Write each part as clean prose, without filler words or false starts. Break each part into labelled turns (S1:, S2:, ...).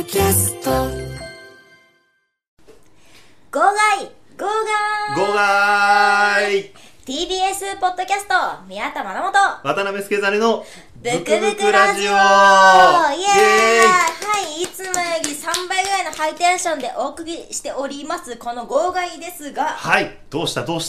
S1: キャスト
S2: 号外TBS ポッドキャスト宮田真本
S3: 渡辺助真の
S2: ブクブクラジオイエーイ。はい、いつもより3倍ぐらいのハイテンションでお送りしておりますこの号外ですが、
S3: はい、どうした、はい、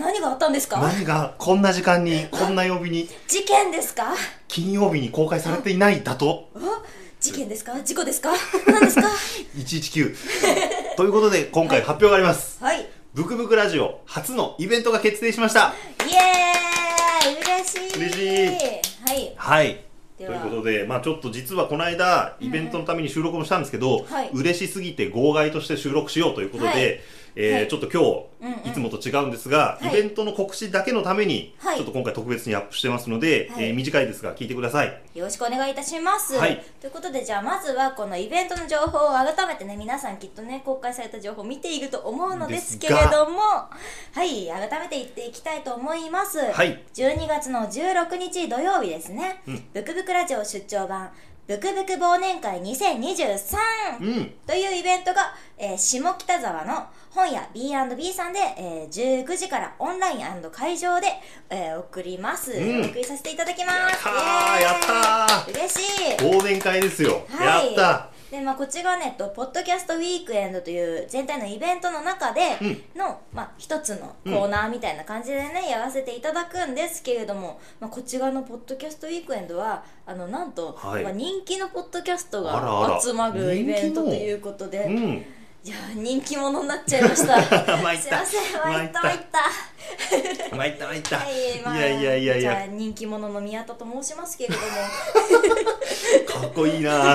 S2: 何があったんですか？
S3: 何がこんな時間にこんな曜日に
S2: 事件ですか？
S3: 金曜日に公開されていないだと
S2: 事件ですか？事故ですか？何ですか
S3: 119 ということで今回発表があります。
S2: はい、
S3: ブクブクラジオ初のイベントが決定しました。
S2: イエーイ、嬉しい
S3: はい、ということで、ちょっと実はこの間イベントのために収録もしたんですけど、嬉しすぎて号外として収録しようということで、ちょっと今日、いつもと違うんですが、イベントの告知だけのために、ちょっと今回特別にアップしてますので、短いですが聞いてください。
S2: よろしくお願いいたします。ということで、じゃあまずはこのイベントの情報を改めてね、皆さんきっとね公開された情報を見ていると思うのですけれども、改めて言っていきたいと思います。12月の16日土曜日ですね、ブクブクラジオ出張版ブクブク忘年会2023、というイベントが、下北沢の本屋 B&B さんで、19時からオンライン&会場で、送ります、お送りさせていただきます。
S3: やったー、
S2: 嬉しい
S3: 忘年会ですよ、やった
S2: で、こっちがね、ポッドキャストウィークエンドという全体のイベントの中での、一つのコーナーみたいな感じでね、やらせていただくんですけれども、こっち側のポッドキャストウィークエンドはなんと、人気のポッドキャストが集まるイベントということで、いや人気者になっちゃいましたすいません、参ったじゃあ人気者の宮田と申しますけれども
S3: かっこいいな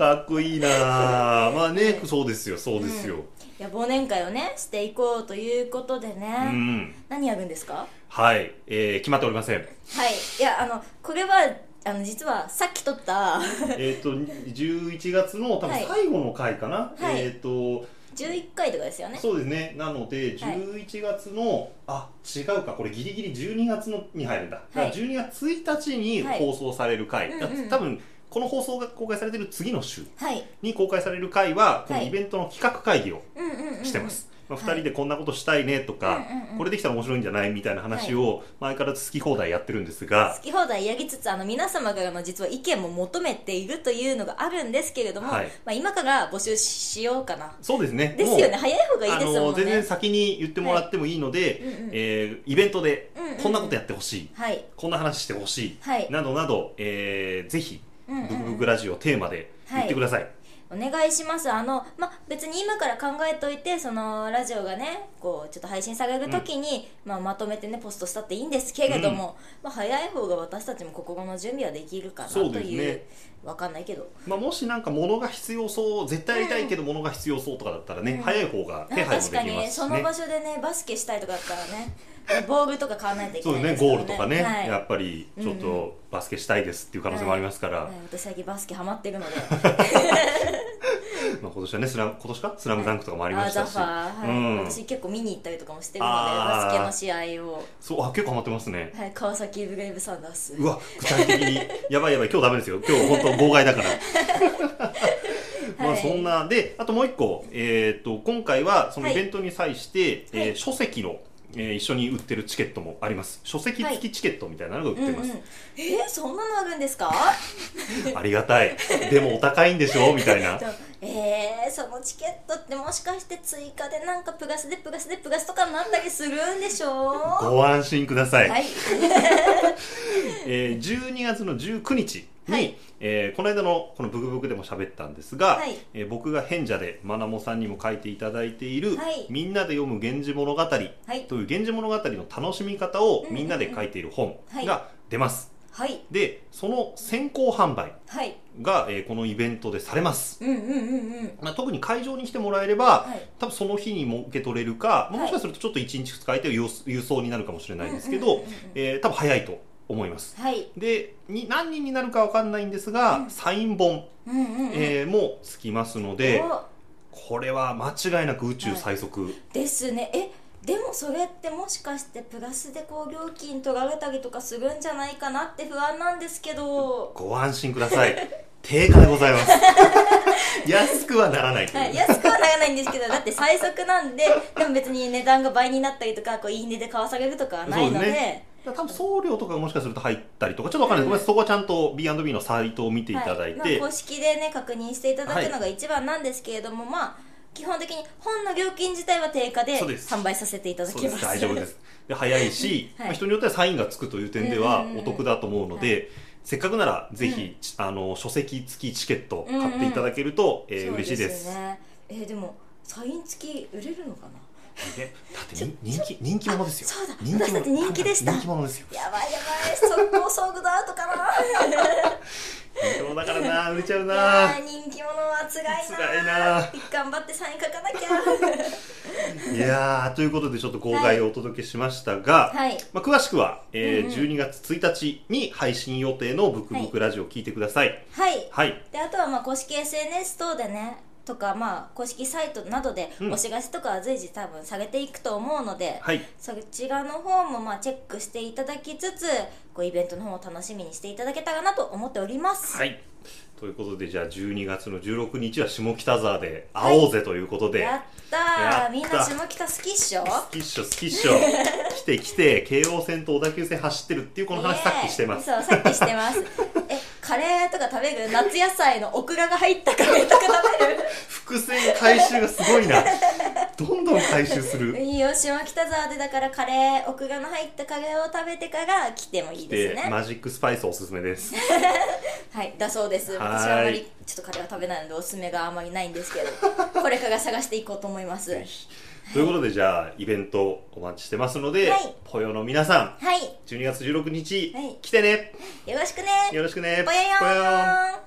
S3: そうですよ、
S2: いや忘年会をねしていこうということでね、何やるんですか？
S3: 決まっておりません。
S2: いやこれは実はさっき撮った
S3: 11月の多分最後の回かな、
S2: 11回とかですよね。
S3: そうですね。なので11月の、違うか、これギリギリ12月のに入るんだ。だから12月1日に放送される回、多分この放送が公開されている次の週に公開される回は、このイベントの企画会議をしてます。2人でこんなことしたいねとか、これできたら面白いんじゃないみたいな話を前から好き放題やってるんですが、
S2: 好き放題やりつつ皆様からの実は意見も求めているというのがあるんですけれども、今から募集しようかな。
S3: そうですね。
S2: ですよね。早い方がいいですもんね。
S3: 全然先に言ってもらってもいいので、イベントでこんなことやってほしい、こんな話してほしい、などなど、ぜひブクブクラジオテーマで言ってください。
S2: お願いします。別に今から考えといて、そのラジオがねこうちょっと配信される時に、まとめてねポストしたっていいんですけれども、早い方が私たちも心の準備はできるかなという、わかんないけど、
S3: もしなんか物が必要そう、絶対やりたいけど物が必要そうとかだったらね、早い方が手配もできますしね。
S2: 確かにその場所でねバスケしたいとかだったらねボールとか買わないといけないです
S3: からね。そうですね、ゴールとかね、やっぱりちょっとバスケしたいですっていう可能性もありますから、
S2: 私最近バスケハマってるので
S3: 今年はね、今年かスラムダンクとかもありましたし、
S2: 私結構見に行ったりとかもしてるので、バスケの試合を。
S3: 結構ハマってますね。
S2: 川崎ブレイブサンダース。
S3: うわ、具体的にやばい今日ダメですよ、今日本当号外だからそんなで、あともう一個、今回はそのイベントに際して、書籍の一緒に売ってるチケットもあります。書籍付きチケットみたいなのが売ってます。
S2: そんなのあるんですか？
S3: ありがたい。でもお高いんでしょみたいな。
S2: そのチケットってもしかして追加でなんかプラスとかになったりするんでしょう？
S3: ご安心ください。12月の19日に、この間のこのブクブクでも喋ったんですが、僕が変者でまなもさんにも書いていただいている、みんなで読む源氏物語という源氏物語の楽しみ方をみんなで書いている本が出ます。でその先行販売が、このイベントでされます。特に会場に来てもらえれば、多分その日にも受け取れるか、もしかするとちょっと1日2日空いて郵送になるかもしれないですけど、多分早いと思います。で何人になるかわかんないんですが、サイン本もつきますので、これは間違いなく宇宙最速
S2: ですね。でもそれってもしかしてプラスでこう料金取られたりとかするんじゃないかなって不安なんですけど。
S3: ご安心ください。定価でございます。 安くはならないという、
S2: はい、安くはならないんですけど、だって最速なんで、でも別に値段が倍になったりとか、こういい値で買わされるとかはないので、
S3: 多分送料とかがもしかすると入ったりとかちょっとわかんないです、そこはちゃんと B&B のサイトを見ていただいて、
S2: はい、まあ、公式でね確認していただくのが一番なんですけれども、まあ基本的に本の料金自体は定価で販売させていただきます。
S3: 大丈夫です。で早いし、はい、人によってはサインがつくという点ではお得だと思うので、はい、せっかくならぜひ、書籍付きチケット買っていただけると、嬉しいです。
S2: でもサイン付き売れるのかな。
S3: だって人気者ですよ。
S2: そうだ、私たち人気でした。
S3: 人気者ですよ。
S2: やばいやばい、速攻ソーグドアウトかな。
S3: 人気者だからな、売れちゃうな。
S2: 人気者は辛いな。頑張ってサイン書かなきゃ。
S3: いやー、ということでちょっと号外をお届けしましたが、はい、まあ、詳しくは、12月1日に配信予定のブクブクラジオを聞いてください。
S2: はい、はい、であとはまあ公式 SNS 等でねとか、まあ、公式サイトなどでお知らせとかは随時多分されていくと思うので、はい、そちらの方もまあチェックしていただきつつこうイベントの方を楽しみにしていただけたらなと思っております。
S3: はい、ということでじゃあ12月の16日は下北沢で会おうぜということで、
S2: やったー、みんな下北好きっしょ。
S3: 好きっしょ来て京王線と小田急線走ってるっていうこの話さっきしてます。
S2: そう、さっきしてます。カレーとか食べる？夏野菜のオクラが入ったカレーとか食べる？
S3: 伏線回収がすごいな。どんどん回収する。
S2: いいよ、下北沢でだからカレー、オクラの入ったカレーを食べてから来てもいいですね。
S3: マジックスパイスおすすめです。
S2: はい、だそうです。私はあまりちょっとカレーは食べないのでおすすめがあまりないんですけど、これから探していこうと思います。
S3: ということでじゃあイベントお待ちしてますので、はい、ぽよの皆さん、はい、12月16日、はい、来てね。
S2: よろしくね。
S3: よろしくね。
S2: ぽよよーん。